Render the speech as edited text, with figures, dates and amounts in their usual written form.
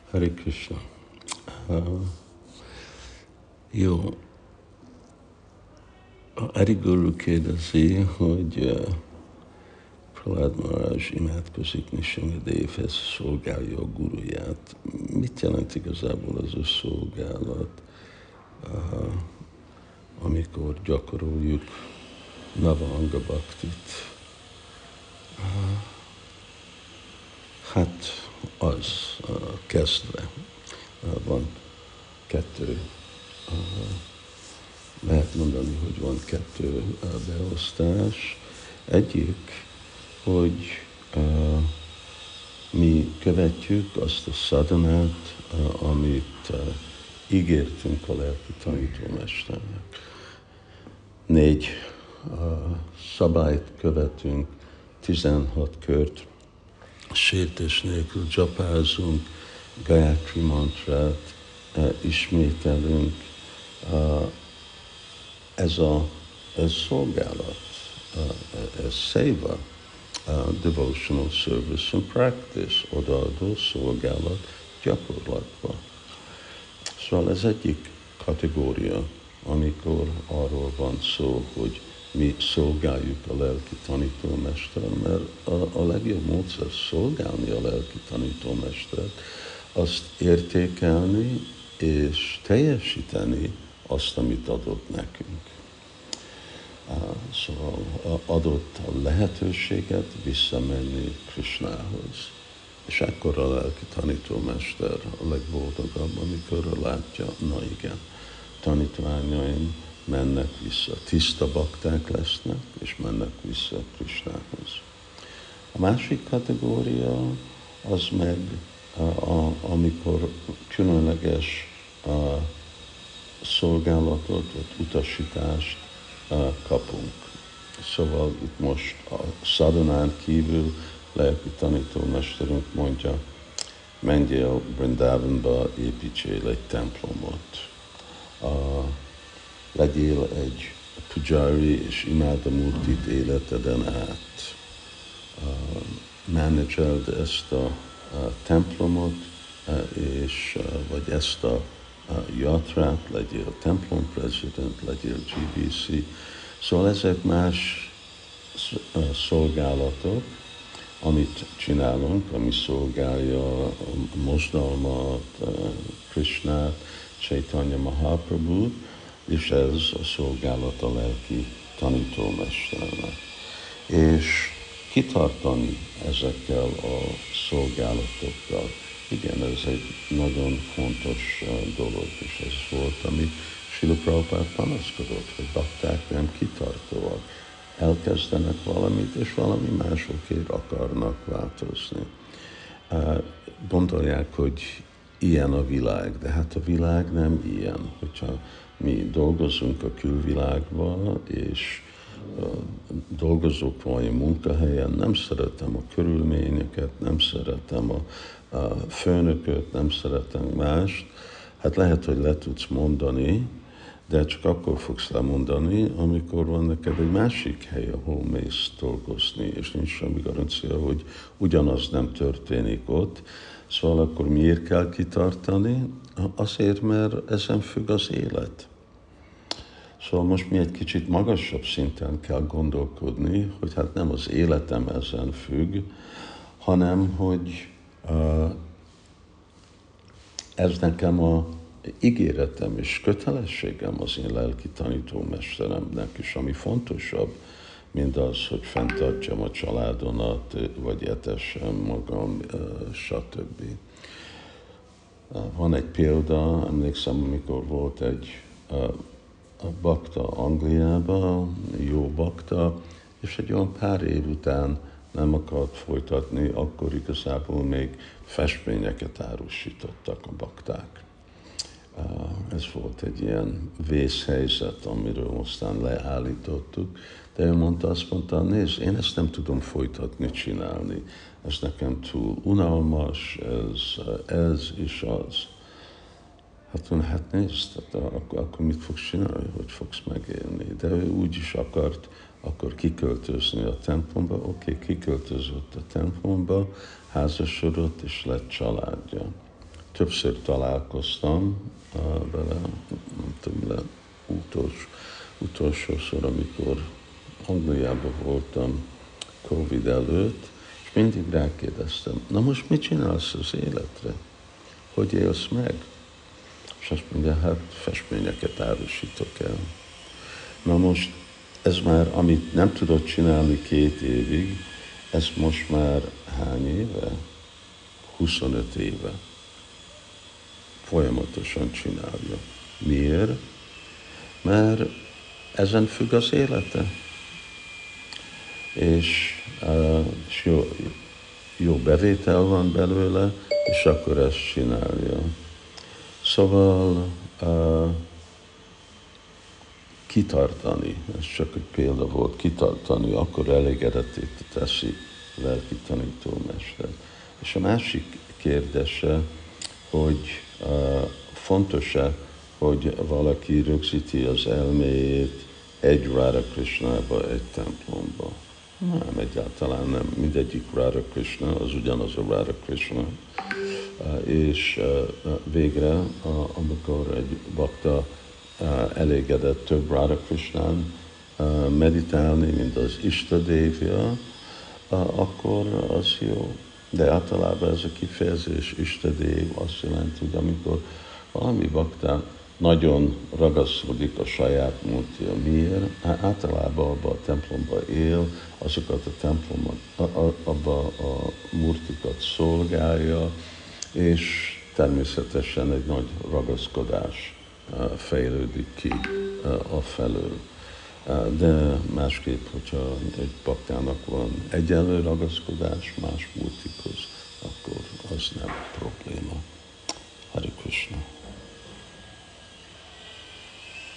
Hare Krishna. Jó. Adi Guru kérdezi, hogy Prahlad Maharaj imádkozik Nrsimhadevhez, szolgálja a guruját. Mit jelent igazából az a szolgálat, amikor gyakoroljuk Navanga Bhaktit? Hát az kezdve van kettő, lehet mondani, hogy van kettő beosztás. Egyik, hogy mi követjük azt a szadanát, amit ígértünk a lelki tanítómesternek. 4 szabályt követünk, 16 kört, sértés nélkül dzsapázunk, Gayatri mantrát ismételünk. Ez szolgálat, ez széva, devotional service and practice, odaadó szolgálat gyakorlatban. Szóval ez egyik kategória, amikor arról van szó, hogy mi szolgáljuk a lelki tanítómestert, mert a legjobb módszer szolgálni a lelki tanítómestert, azt értékelni és teljesíteni azt, amit adott nekünk. Szóval adott a lehetőséget visszamenni Krishnához. És akkor a lelki tanítómester a legboldogabb, amikor látja, na igen, tanítványaim mennek vissza, tiszta bakták lesznek, és mennek vissza Krishnához. A másik kategória az meg, amikor különleges szolgálatot, vagy utasítást kapunk. Szóval itt most a szadonán kívül lelki tanítómesterünk mondja, menjél Vrindavanba, építsél egy templomot. Legyél egy pujari és imádamurtit életeden át. Menedzseld ezt a templomot, és vagy ezt a jatrát, legyél templom president, legyél GBC. Szóval ezek más szolgálatok, amit csinálunk, ami szolgálja a mosdalmat, Krishnát, Chaitanya Mahaprabhut, és ez a szolgálat a lelki tanítómesternek. És kitartani ezekkel a szolgálatokkal. Igen, ez egy nagyon fontos dolog, és ez volt, ami Srila Prabhupád panaszkodott, hogy bakták nem kitartóak. Elkezdenek valamit, és valami másokért akarnak változni. Gondolják, hogy ilyen a világ, de hát a világ nem ilyen. Hogyha mi dolgozunk a külvilágban, és dolgozok valami munkahelyen, nem szeretem a körülményeket, nem szeretem a főnököt, nem szeretem mást, hát lehet, hogy le tudsz mondani, de csak akkor fogsz lemondani, amikor van neked egy másik hely, ahol mész dolgozni, és nincs semmi garancia, hogy ugyanaz nem történik ott. Szóval akkor miért kell kitartani? Azért, mert ezen függ az élet. Szóval most mi egy kicsit magasabb szinten kell gondolkodni, hogy hát nem az életem ezen függ, hanem hogy ez nekem a ígéretem és kötelességem az én lelki tanítómesteremnek is, ami fontosabb, mint az, hogy fenntartsam a családomat, vagy etessem magam, stb. Van egy példa, emlékszem, amikor volt egy bakta Angliában, jó bakta, és egy olyan pár év után nem akart folytatni, akkor igazából még festményeket árusítottak a bakták. Ez volt egy ilyen vészhelyzet, amiről aztán leállítottuk, de ő mondta, azt mondta, nézd, én ezt nem tudom folytatni, csinálni. Ez nekem túl unalmas, ez és az. Hát nézd, akkor mit fogsz csinálni, hogy fogsz megélni? De ő úgy is akart akkor kiköltözni a templomba, kiköltözött a templomba, házasodott és lett családja. többször találkoztam vele, nem tudom, utolsószor, amikor Angliában voltam Covid előtt, és mindig rákérdeztem, na most mit csinálsz az életre? Hogy élsz meg? És azt mondja, hát festményeket árusítok el. Na most ez már, amit nem tudott csinálni 2 évig, ezt most már hány éve? 25 éve. Folyamatosan csinálja. Miért? Mert ezen függ az élete. És jó bevétel van belőle, és akkor ezt csinálja. Szóval kitartani, ez csak egy példa volt, kitartani, akkor elégedetté teszi lelki tanítómester. És a másik kérdése, hogy fontos-e, hogy valaki rögzíti az elméjét egy Radha Krishnába, egy templomba. Nem, egyáltalán nem. Mindegyik Radha Krishna, az ugyanaz a Radha Krishna. És végre, amikor egy bakta elégedett több Radha Krishnán meditálni, mint az Istadévja, akkor az jó. De általában ez a kifejezés Istadév azt jelenti, hogy amikor valami bakta nagyon ragaszkodik a saját múltja. Miért? Általában abban a templomban él, azokat a templomot, abban a murtikat szolgálja, és természetesen egy nagy ragaszkodás fejlődik ki a felől. De másképp, hogyha egy baktának van egyenlő ragaszkodás más múltikhoz, akkor az nem probléma. Hare Krishna.